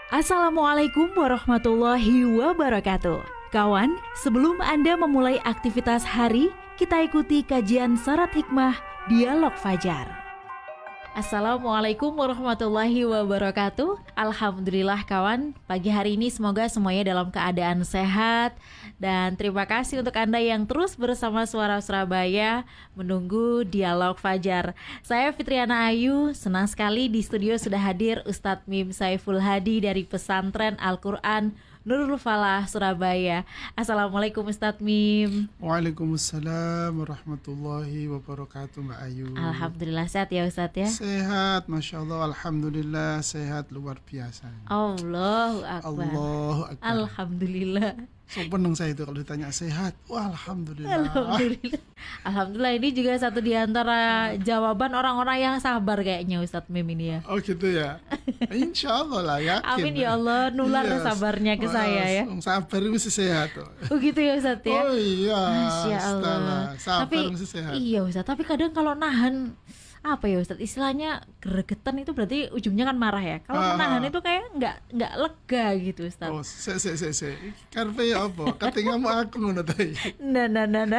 Assalamualaikum warahmatullahi wabarakatuh. Kawan, sebelum Anda memulai aktivitas hari, kita ikuti kajian Syarat Hikmah Dialog Fajar. Assalamualaikum warahmatullahi wabarakatuh. Alhamdulillah kawan, pagi hari ini semoga semuanya dalam keadaan sehat. Dan terima kasih untuk Anda yang terus bersama Suara Surabaya menunggu Dialog Fajar. Saya Fitriana Ayu, senang sekali di studio sudah hadir Ustadz Mim Saiful Hadi dari Pesantren Al-Quran Nurul Falah, Surabaya. Assalamualaikum Ustadz Mim. Waalaikumsalam warahmatullahi wabarakatuh Mbak Ayu. Alhamdulillah sehat ya Ustadz ya? Sehat, Masya Allah, Alhamdulillah sehat luar biasa. Allahu Akbar. Allahu Akbar. Alhamdulillah. So peneng saya itu kalau ditanya sehat. Wah, Alhamdulillah. Alhamdulillah. Alhamdulillah, ini juga satu di antara jawaban orang-orang yang sabar kayaknya Ustadz Mim ini ya. Oh gitu ya. Insya Allah lah, yakin. Amin ya Allah, nular Iya, sabarnya ke saya ya. Sabar mesti sehat. Oh gitu ya Ustadz ya. Oh iya. Masya Allah. Setelah, sabar Tapi mesti sehat. iya Ustadz, tapi kadang kalau nahan apa ya Ustadz, istilahnya gregetan itu berarti ujungnya kan marah ya. Kalau menahan itu kayak nggak lega gitu Ustadz. Oh, se. Karpe apa? Katingamu aku ngono tadi. Nah.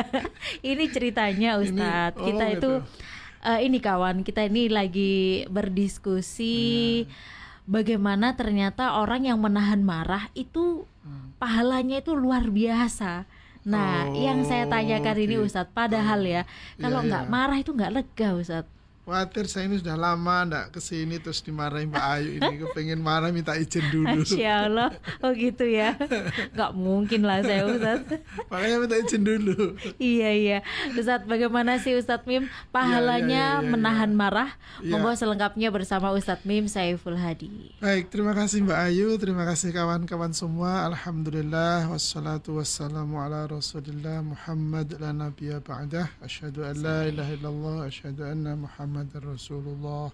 Ini ceritanya Ustadz. Kita gitu. itu ini kawan, kita ini lagi berdiskusi bagaimana ternyata orang yang menahan marah itu pahalanya itu luar biasa. Nah, yang saya tanyakan ini Ustadz, padahal ya kalau nggak marah itu nggak lega Ustadz. Khawatir saya ini sudah lama nggak kesini terus dimarahin Mbak Ayu ini. Kepengen marah minta izin dulu. Masya Allah, oh gitu ya. Nggak mungkin lah saya Ustadz. Makanya minta izin dulu. Iya Ustadz, bagaimana sih Ustadz Mim pahalanya menahan marah? Monggo selengkapnya bersama Ustadz Mim Saiful Hadi. Baik, terima kasih Mbak Ayu, terima kasih kawan-kawan semua. Alhamdulillah, wassalatu wassalamu ala rasulillah Muhammad la nabiyya ba'dah. Asyhadu an la ilaha illallah, asyhadu anna Muhammad Rasulullah.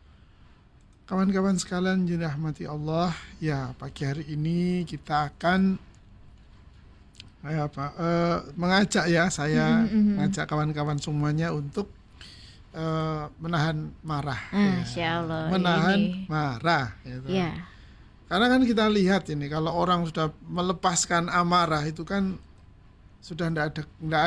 Kawan-kawan sekalian dirahmati Allah, ya pagi hari ini kita akan mengajak ya, saya mengajak kawan-kawan semuanya untuk menahan marah. Masya Allah, menahan ini marah. Gitu. Ya. Karena kan kita lihat ini, kalau orang sudah melepaskan amarah itu kan sudah nggak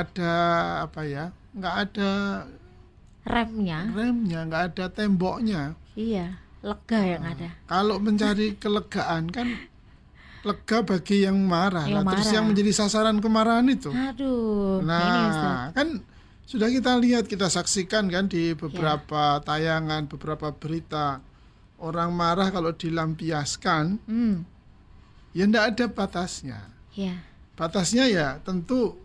ada remnya, nggak ada temboknya. Iya, lega yang ada. Kalau mencari kelegaan kan lega bagi yang marah. Terus yang menjadi sasaran kemarahan itu. Aduh. Nah, ini kan sudah kita lihat, kita saksikan kan di beberapa tayangan, beberapa berita. Orang marah kalau dilampiaskan, ya nggak ada batasnya. Ya. Batasnya ya tentu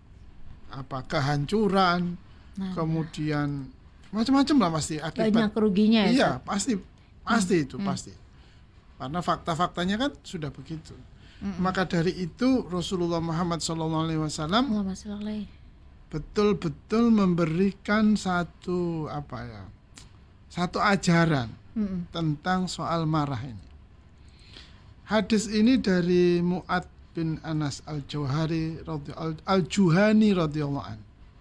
kehancuran. Kemudian macam-macam lah pasti akibat. Banyak ruginya ya. Iya, pasti itu pasti. Karena fakta-faktanya kan sudah begitu. Maka dari itu Rasulullah Muhammad SAW betul-betul memberikan satu ajaran tentang soal marah ini. Hadis ini dari Mu'ad bin Anas al-Juhani radhiyallahu anhu.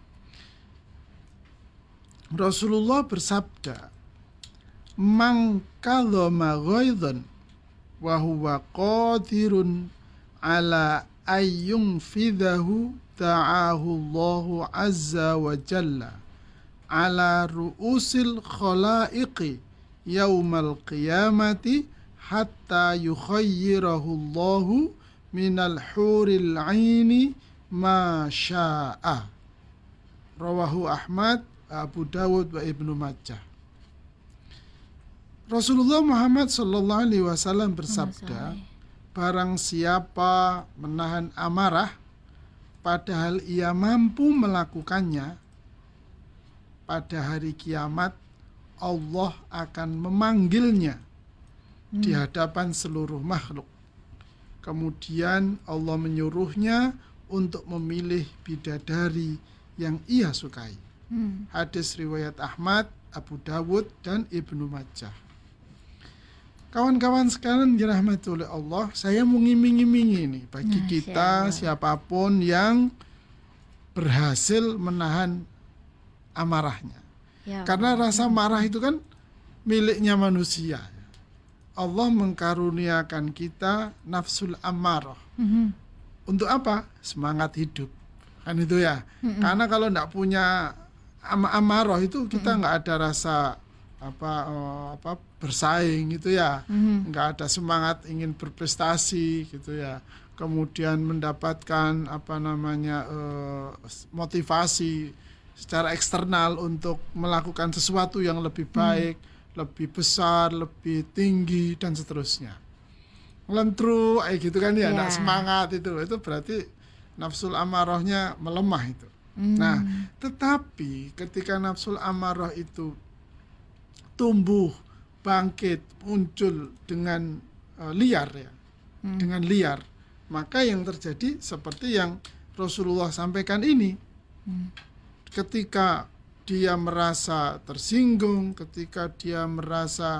Rasulullah bersabda, "Man kalama ghaidhan wa huwa qadirun ala ayyun fidahu ta'ahu Allahu azza wa jalla ala ru'usil khalaiqi yaumal qiyamati hatta yukhayyirahu Allahu minal huril 'aini ma syaa." Rawahu Ahmad, Abu Dawud wa Ibnu Majah. Rasulullah Muhammad sallallahu alaihi wasallam bersabda, barang siapa menahan amarah padahal ia mampu melakukannya, pada hari kiamat Allah akan memanggilnya di hadapan seluruh makhluk. Kemudian Allah menyuruhnya untuk memilih bidadari yang ia sukai. Hadis riwayat Ahmad, Abu Dawud, dan Ibnu Majah. Kawan-kawan sekalian dirahmati oleh Allah, saya mau ngiming-ngimingi ini bagi kita siapapun yang berhasil menahan amarahnya. Karena rasa marah itu kan miliknya manusia. Allah mengkaruniakan kita nafsul ammarah. Untuk apa? Semangat hidup. Kan itu ya. Karena kalau enggak punya amarah itu kita enggak ada rasa bersaing gitu ya. Enggak ada semangat ingin berprestasi gitu ya. Kemudian mendapatkan motivasi secara eksternal untuk melakukan sesuatu yang lebih baik, lebih besar, lebih tinggi dan seterusnya. Lentru gitu kan ya, enggak semangat itu berarti nafsul amarahnya melemah itu. Nah, tetapi ketika nafsul amarah itu tumbuh, bangkit, muncul dengan liar ya, dengan liar, maka yang terjadi seperti yang Rasulullah sampaikan ini. Ketika dia merasa tersinggung, ketika dia merasa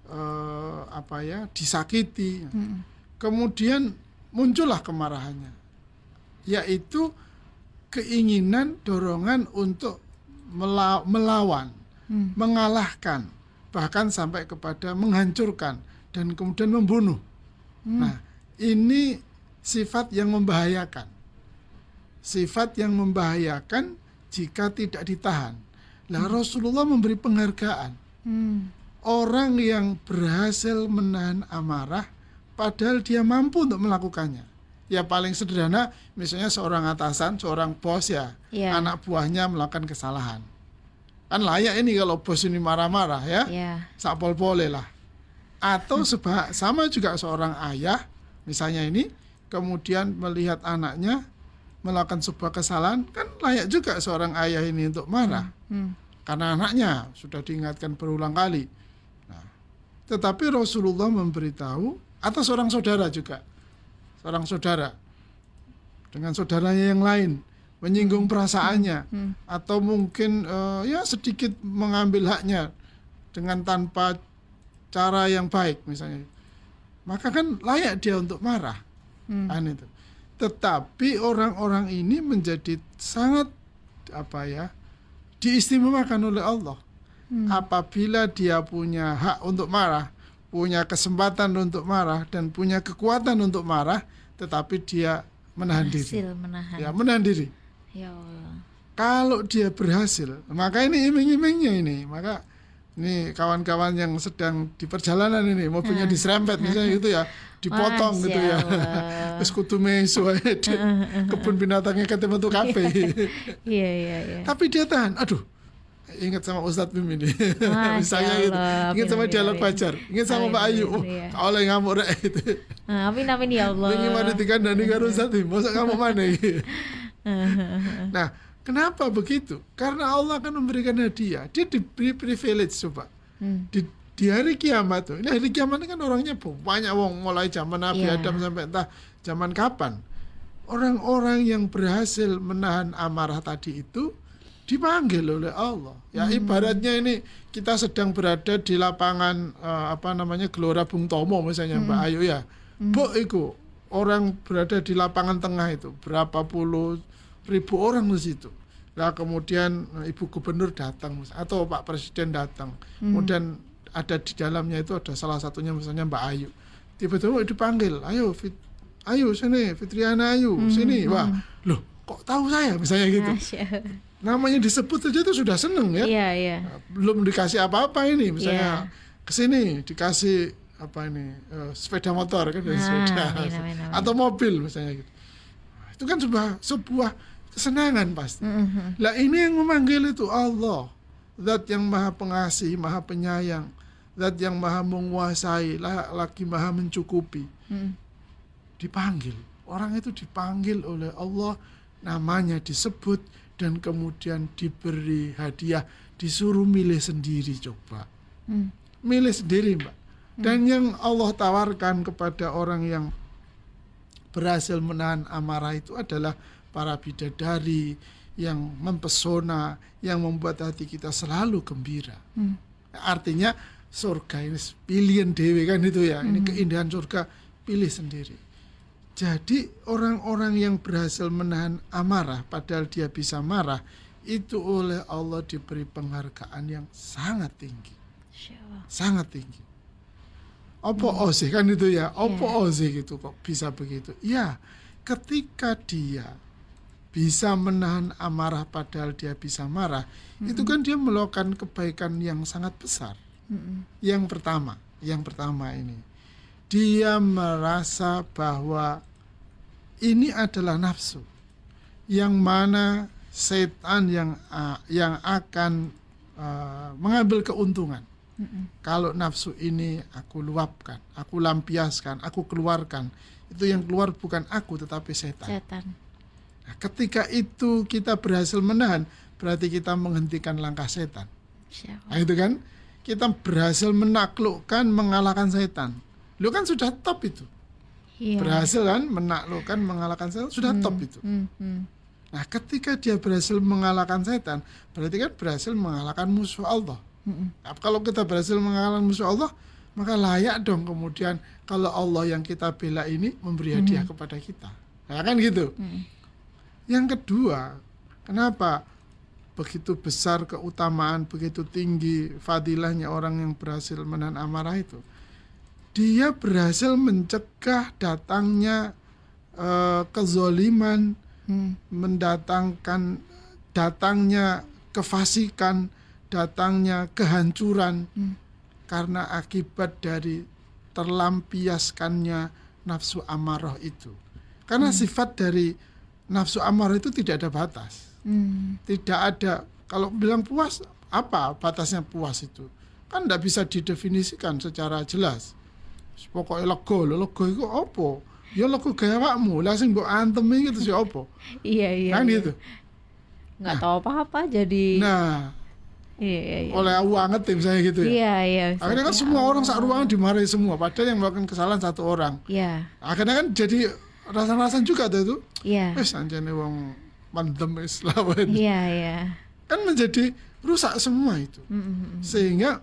disakiti, kemudian muncullah kemarahannya, yaitu keinginan, dorongan untuk melawan, mengalahkan, bahkan sampai kepada menghancurkan dan kemudian membunuh. Nah, ini sifat yang membahayakan. Sifat yang membahayakan jika tidak ditahan. Nah, Rasulullah memberi penghargaan. Orang yang berhasil menahan amarah padahal dia mampu untuk melakukannya. Ya paling sederhana, misalnya seorang atasan, seorang bos ya, anak buahnya melakukan kesalahan. Kan layak ini kalau bos ini marah-marah ya, sakpol-pole lah. Atau sama juga seorang ayah, misalnya ini, kemudian melihat anaknya melakukan sebuah kesalahan, kan layak juga seorang ayah ini untuk marah. Karena anaknya sudah diingatkan berulang kali. Nah, tetapi Rasulullah memberitahu, atau seorang saudara juga, seorang saudara dengan saudaranya yang lain menyinggung perasaannya, atau mungkin sedikit mengambil haknya dengan tanpa cara yang baik misalnya, maka kan layak dia untuk marah. Kan itu. Tetapi orang-orang ini menjadi sangat diistimewakan oleh Allah. Apabila dia punya hak untuk marah, punya kesempatan untuk marah, dan punya kekuatan untuk marah, tetapi dia menahan diri. Menahan diri. Ya Allah. Kalau dia berhasil, maka ini iming-imingnya ini. Maka ini kawan-kawan yang sedang di perjalanan ini, mobilnya diserempet misalnya gitu ya, dipotong gitu ya. Terus kudu mesu kebun binatangnya ketemu tuh kafe. Iya. Tapi dia tahan. Aduh, ingat sama Ustadz Bim ini. Misalnya gitu. Ingat sama Dialog Fajar. Ingat sama Mbak Ayu. Oleh ngamuk rek itu. Amin ya Allah. Ini mana dikandani karo Ustadz Bim. Masa kamu mana gitu. Nah, kenapa begitu? Karena Allah akan memberikan hadiah. Dia diberi privilege coba. Di hari kiamat tuh. Ini hari kiamat ini kan orangnya banyak mulai zaman Nabi Adam sampai entah zaman kapan. Orang-orang yang berhasil menahan amarah tadi itu dipanggil oleh Allah. Ya ibaratnya ini kita sedang berada di lapangan Gelora Bung Tomo misalnya Mbak Ayu ya. Itu orang berada di lapangan tengah itu, berapa puluh ribu orang di situ. Nah, kemudian Ibu Gubernur datang atau Pak Presiden datang. Kemudian ada di dalamnya itu ada salah satunya misalnya Mbak Ayu. Tiba-tiba dipanggil, ayo sini, Fitriana Ayu, sini. Wah, loh kok tahu saya misalnya gitu. Namanya disebut saja itu sudah seneng ya. Iya. Belum dikasih apa-apa ini misalnya kesini dikasih sepeda motor kan, sepeda atau mobil misalnya gitu. Itu kan sebuah kesenangan pasti. Lah ini yang memanggil itu Allah, Zat yang Maha Pengasih, Maha Penyayang, Zat yang Maha Menguasai, lagi Maha Mencukupi. Dipanggil, orang itu dipanggil oleh Allah, namanya disebut dan kemudian diberi hadiah, disuruh milih sendiri coba. Milih sendiri Mbak. Dan yang Allah tawarkan kepada orang yang berhasil menahan amarah itu adalah para bidadari yang mempesona, yang membuat hati kita selalu gembira. Artinya surga ini pilihan dewe kan itu ya. Ini keindahan surga, pilih sendiri. Jadi orang-orang yang berhasil menahan amarah padahal dia bisa marah, itu oleh Allah diberi penghargaan yang sangat tinggi. Sangat tinggi. Opo sih kan itu ya, opo sih gitu kok bisa begitu. Ya, ketika dia bisa menahan amarah padahal dia bisa marah, itu kan dia melakukan kebaikan yang sangat besar. Yang pertama ini, dia merasa bahwa ini adalah nafsu, yang mana setan yang akan mengambil keuntungan. Kalau nafsu ini aku luapkan, aku lampiaskan, aku keluarkan, itu yang keluar bukan aku tetapi setan. Nah, ketika itu kita berhasil menahan, berarti kita menghentikan langkah setan. Nah, itu kan kita berhasil menaklukkan, mengalahkan setan. Lu kan sudah top itu. Berhasil kan menaklukkan, mengalahkan setan, sudah top itu. Nah, ketika dia berhasil mengalahkan setan, berarti kan berhasil mengalahkan musuh Allah. Nah, kalau kita berhasil mengalahkan musuh Allah, maka layak dong kemudian kalau Allah yang kita bela ini memberi hadiah kepada kita. Nah, kan gitu. Yang kedua, kenapa begitu besar keutamaan, begitu tinggi fadilahnya orang yang berhasil menahan amarah itu? Dia berhasil mencegah datangnya kezoliman, mendatangkan datangnya kefasikan, datangnya kehancuran karena akibat dari terlampiaskannya nafsu amarah itu. Karena sifat dari nafsu amarah itu tidak ada batas. Tidak ada, kalau bilang puas, apa batasnya puas itu? Kan tidak bisa didefinisikan secara jelas. Pokoknya lego itu apa? Ya lego gaya awakmu, lah sing mbok antemi itu sih apa? Iya. Kan gitu. Nggak tahu apa-apa jadi. Nah, iya. oleh banget tim saya gitu ya. Iya. Akhirnya kan semua orang sak ruangan dimarahi semua, padahal yang melakukan kesalahan satu orang. Iya. Akhirnya kan jadi rasa-rasan juga tuh itu. Iya. Anjane wong mandem wis lawan. Iya. Kan menjadi rusak semua itu. Sehingga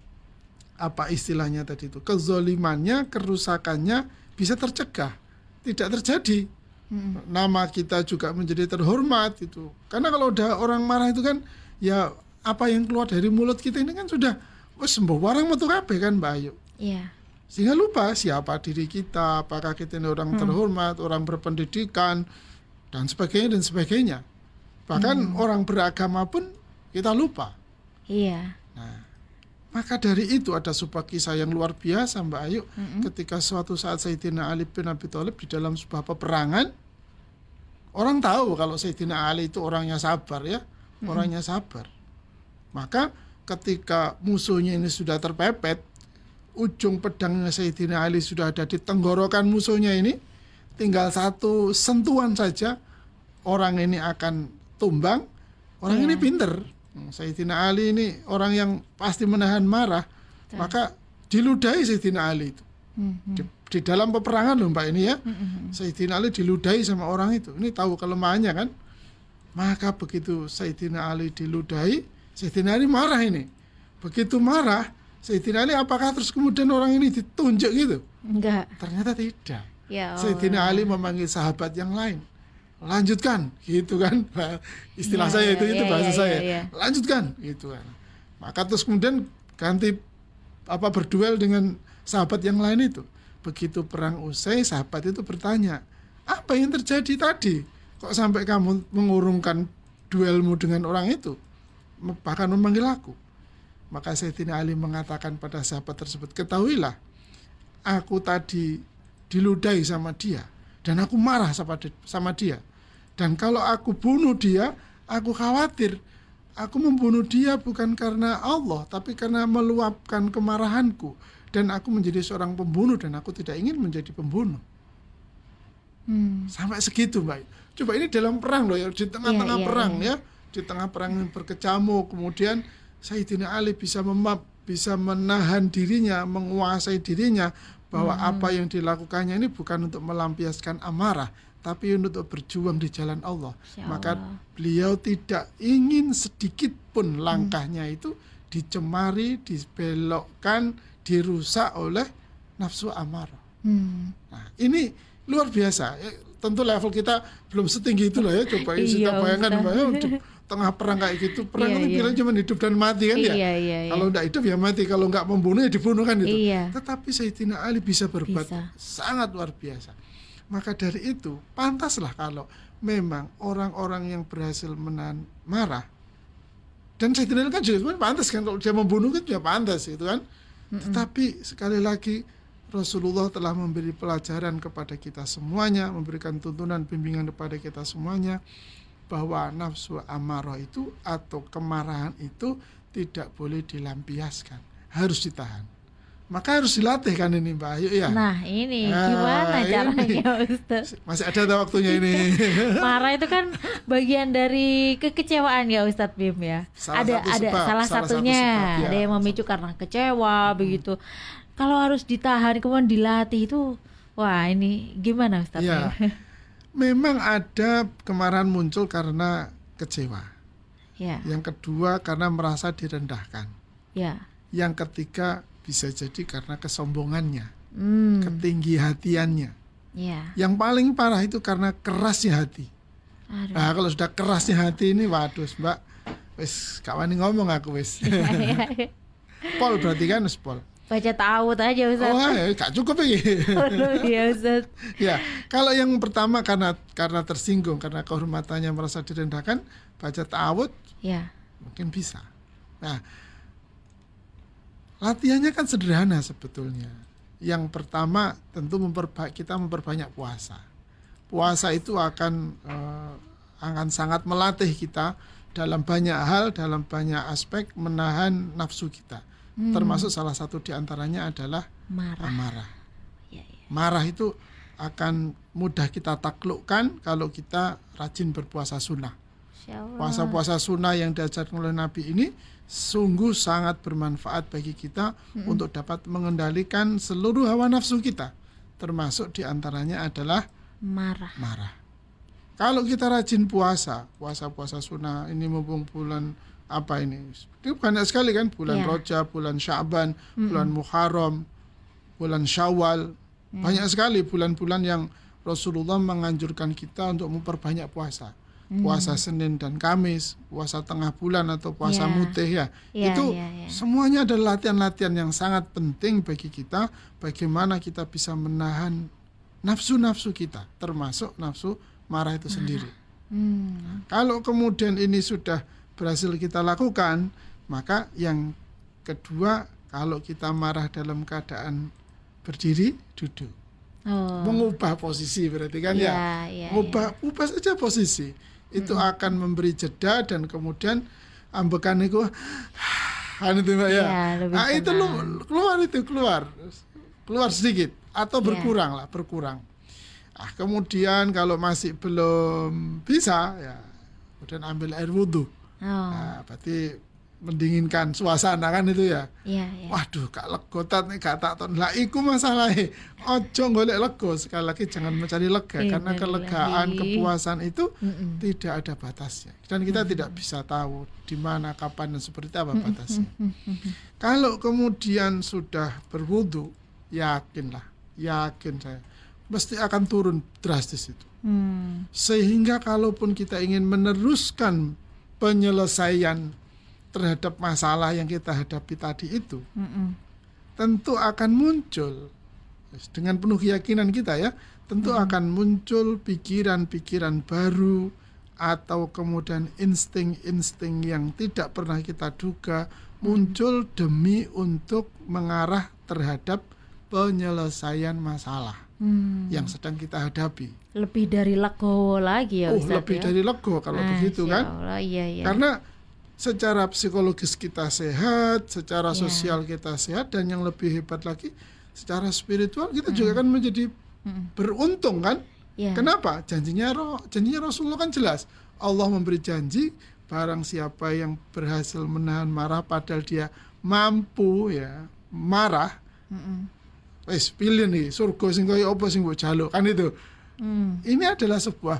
apa istilahnya tadi itu, kezolimannya, kerusakannya bisa tercegah, tidak terjadi. Nama kita juga menjadi terhormat itu. Karena kalau udah orang marah itu kan, ya apa yang keluar dari mulut kita ini kan sudah sembuh warang metu kabeh kan Mbak Ayu. Iya. Sehingga lupa siapa diri kita, apakah kita ini orang terhormat, orang berpendidikan, dan sebagainya. Bahkan orang beragama pun kita lupa. Iya. Nah, maka dari itu ada sebuah kisah yang luar biasa Mbak Ayu. Ketika suatu saat Sayyidina Ali bin Abi Thalib di dalam sebuah peperangan, orang tahu kalau Sayyidina Ali itu orangnya sabar ya, orangnya sabar. Maka ketika musuhnya ini sudah terpepet, ujung pedangnya Sayyidina Ali sudah ada di tenggorokan musuhnya ini, tinggal satu sentuhan saja orang ini akan tumbang. Orang ini pinter. Sayyidina Ali ini orang yang pasti menahan marah. Maka diludahi Sayyidina Ali itu. Di dalam peperangan loh Mbak ini ya. Sayyidina Ali diludahi sama orang itu. Ini tahu kelemahannya kan. Maka begitu Sayyidina Ali diludahi, Sayyidina Ali marah ini. Begitu marah, Sayyidina Ali apakah terus kemudian orang ini ditunjuk gitu? Enggak. Ternyata tidak. Ya Allah. Sayyidina Ali memanggil sahabat yang lain. Lanjutkan, gitu kan. Istilah saya itu bahasa saya. Lanjutkan, gitu kan. Maka terus kemudian ganti berduel dengan sahabat yang lain itu. Begitu perang usai, sahabat itu bertanya, apa yang terjadi tadi? Kok sampai kamu mengurungkan duelmu dengan orang itu? Bahkan memanggil aku. Maka Sayyidina Ali mengatakan pada sahabat tersebut, ketahuilah, aku tadi diludahi sama dia. Dan aku marah sama dia. Dan kalau aku bunuh dia, aku khawatir. Aku membunuh dia bukan karena Allah, tapi karena meluapkan kemarahanku. Dan aku menjadi seorang pembunuh, dan aku tidak ingin menjadi pembunuh. Sampai segitu Mbak. Coba ini dalam perang loh ya, di tengah-tengah perang ya. Di tengah perang yang berkecamuk, kemudian Sayyidina Ali bisa menahan dirinya, menguasai dirinya, bahwa apa yang dilakukannya ini bukan untuk melampiaskan amarah, tapi untuk berjuang di jalan Allah. Maka beliau tidak ingin sedikit pun langkahnya itu dicemari, dibelokkan, dirusak oleh nafsu amarah. Nah, ini luar biasa. Tentu level kita belum setinggi itu lah ya. Coba kita bayangkan, tengah perang kayak gitu. Perang Iya, itu iya. bilang cuma hidup dan mati kan ya. Iya, iya, iya. Kalau tidak hidup ya mati, kalau nggak membunuh ya dibunuh kan gitu. Iya. Tetapi Sayyidina Ali bisa berbuat Bisa. sangat luar biasa. Maka dari itu pantaslah kalau memang orang-orang yang berhasil menahan marah, dan Sayyidina Ali kan juga sebenarnya pantas kan, kalau dia membunuh kan juga pantas gitu kan. Tetapi sekali lagi Rasulullah telah memberi pelajaran kepada kita semuanya, memberikan tuntunan bimbingan kepada kita semuanya, bahwa nafsu amarah itu atau kemarahan itu tidak boleh dilampiaskan, harus ditahan. Maka harus dilatih kan ini Mbak Ayu ya. Nah ini Nah, gimana ini. caranya Ustaz? Masih ada waktunya ini. Marah itu kan bagian dari kekecewaan ya Ustadz Bim ya. Salah ada satu sebab, salah salah satunya satu sebab, ya. ada yang memicu karena kecewa begitu. Kalau harus ditahan kemudian dilatih itu, wah ini gimana Ustadz Ya, Bim? memang ada kemarahan muncul karena kecewa. Ya, Yang kedua karena merasa direndahkan. ya, Yang ketiga bisa jadi karena kesombongannya, hmm, ketinggi hatiannya. ya, Yang paling parah itu karena kerasnya hati. aduh, Nah, kalau sudah kerasnya hati ini, waduh Mbak, wis gak wani ngomong aku wis. Pol berarti kan wis pol. baca ta'awud aja Ustadz. Oh, ya, gak cukup ini. Aduh, ya Ustadz. Ya, kalau yang pertama karena tersinggung, karena kehormatannya merasa direndahkan, baca ta'awud Ya, mungkin bisa. Nah, latihannya kan sederhana sebetulnya. Yang pertama tentu kita memperbanyak puasa. Puasa itu akan sangat melatih kita dalam banyak hal, dalam banyak aspek menahan nafsu kita. Termasuk salah satu diantaranya adalah marah. amarah. Ya, ya. Marah itu akan mudah kita taklukkan kalau kita rajin berpuasa sunnah. Insya Allah. Puasa-puasa sunnah yang diajarkan oleh Nabi ini sungguh sangat bermanfaat bagi kita untuk dapat mengendalikan seluruh hawa nafsu kita, termasuk diantaranya adalah Marah. marah. Kalau kita rajin puasa sunnah, ini mumpung bulan apa ini? Ini banyak sekali kan, bulan Iya. Rajab, bulan Sya'ban, bulan Muharram, bulan Syawal. Banyak sekali bulan-bulan yang Rasulullah menganjurkan kita untuk memperbanyak puasa. Puasa Senin dan Kamis, puasa tengah bulan atau puasa Iya. mutih ya. Iya, Itu iya, iya. semuanya adalah latihan-latihan yang sangat penting bagi kita, bagaimana kita bisa menahan nafsu-nafsu kita, termasuk nafsu marah itu sendiri. Kalau kemudian ini sudah berhasil kita lakukan, maka yang kedua, kalau kita marah dalam keadaan berdiri, duduk. Oh. Mengubah posisi berarti kan Iya, ya. iya, Ubah saja posisi. Itu akan memberi jeda dan kemudian ambekan itu itu Mbak ya. Iya, lebih Nah, itu keluar sedikit atau Iya. berkurang. Kemudian kalau masih belum bisa ya, kemudian ambil air wudhu. Oh. Berarti mendinginkan suasana kan itu ya. Iya, iya. Waduh, gak legotat nih, gak tak ton. Lah iku masalahnya. Ojo golek lego. Sekali lagi jangan mencari lega, karena kelegaan, kepuasan itu tidak ada batasnya. Dan kita tidak bisa tahu di mana, kapan, dan seperti apa batasnya. Kalau kemudian sudah berwudu, yakin saya, mesti akan turun drastis itu. Sehingga kalaupun kita ingin meneruskan penyelesaian terhadap masalah yang kita hadapi tadi itu, tentu akan muncul, dengan penuh keyakinan kita ya, tentu akan muncul pikiran-pikiran baru atau kemudian insting-insting yang tidak pernah kita duga muncul demi untuk mengarah terhadap penyelesaian masalah yang sedang kita hadapi. Lebih dari legowo lagi ya Ustadz Lebih ya? dari lego kalau begitu Masya kan. Allah, iya, iya. Karena secara psikologis kita sehat, secara sosial kita sehat, dan yang lebih hebat lagi secara spiritual kita juga kan menjadi beruntung kan. Iya. Kenapa? Janjinya Rasulullah kan jelas. Allah memberi janji, barang siapa yang berhasil menahan marah padahal dia mampu ya marah, wis pilih nih surga sing kaya apa sing mbok jaluk kan itu. Ini adalah sebuah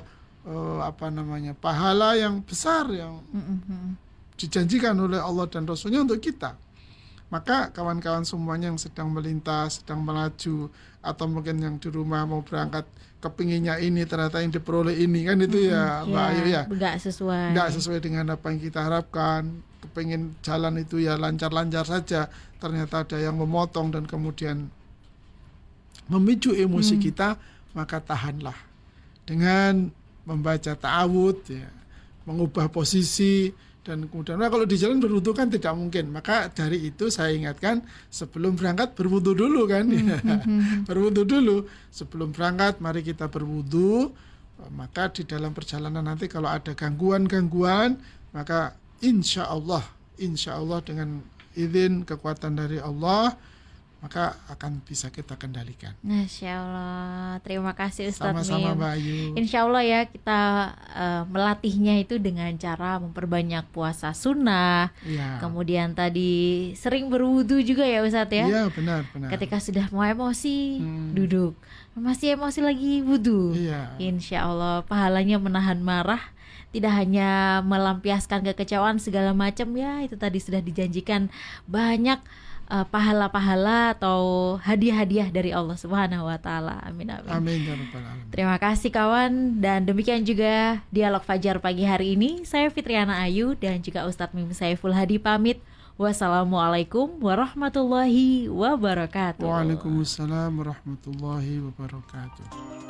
pahala yang besar yang dijanjikan oleh Allah dan Rasulnya untuk kita. Maka kawan-kawan semuanya yang sedang melintas, sedang melaju, atau mungkin yang di rumah mau berangkat kepinginnya ini ternyata yang diperoleh ini kan itu ya Mbak Ayu ya. Nggak sesuai dengan apa yang kita harapkan. Kepingin jalan itu ya lancar-lancar saja, ternyata ada yang memotong dan kemudian memicu emosi kita, maka tahanlah dengan membaca ta'awud ya, mengubah posisi, dan kemudian kalau di jalan berwudu kan tidak mungkin, maka dari itu saya ingatkan sebelum berangkat berwudu dulu kan. Berwudu dulu sebelum berangkat, mari kita berwudu. Maka di dalam perjalanan nanti kalau ada gangguan-gangguan, maka insya Allah dengan izin kekuatan dari Allah, maka akan bisa kita kendalikan. Masya Allah, terima kasih Ustadz Mim. Sama-sama Mbak Ayu. Insya Allah ya kita melatihnya itu dengan cara memperbanyak puasa sunnah. Ya. Kemudian tadi sering berwudu juga ya Ustadz ya. Iya benar. Ketika sudah mau emosi duduk, masih emosi lagi wudu. Iya. Insya Allah pahalanya menahan marah. Tidak hanya melampiaskan kekecewaan segala macam ya, itu tadi sudah dijanjikan banyak pahala-pahala atau hadiah-hadiah dari Allah Subhanahu wa taala. Amin amin. Amin ya rabbal alamin. Terima kasih kawan, dan demikian juga Dialog Fajar pagi hari ini. Saya Fitriana Ayu dan juga Ustadz Mim Saiful Hadi pamit. Wassalamualaikum warahmatullahi wabarakatuh. Waalaikumsalam warahmatullahi wabarakatuh.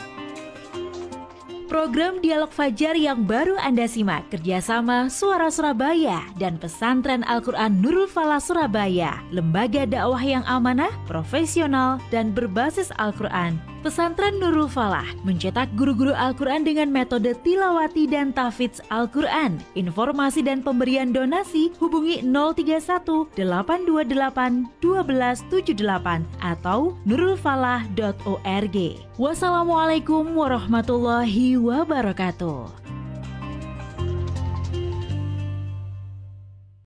Program Dialog Fajar yang baru Anda simak kerjasama Suara Surabaya dan Pesantren Al-Quran Nurul Falah Surabaya, lembaga dakwah yang amanah, profesional, dan berbasis Al-Quran. Pesantren Nurul Falah mencetak guru-guru Al-Quran dengan metode tilawati dan tahfidz Al-Quran. Informasi dan pemberian donasi hubungi 031 828 1278 atau nurulfalah.org. Wassalamualaikum warahmatullahi wabarakatuh.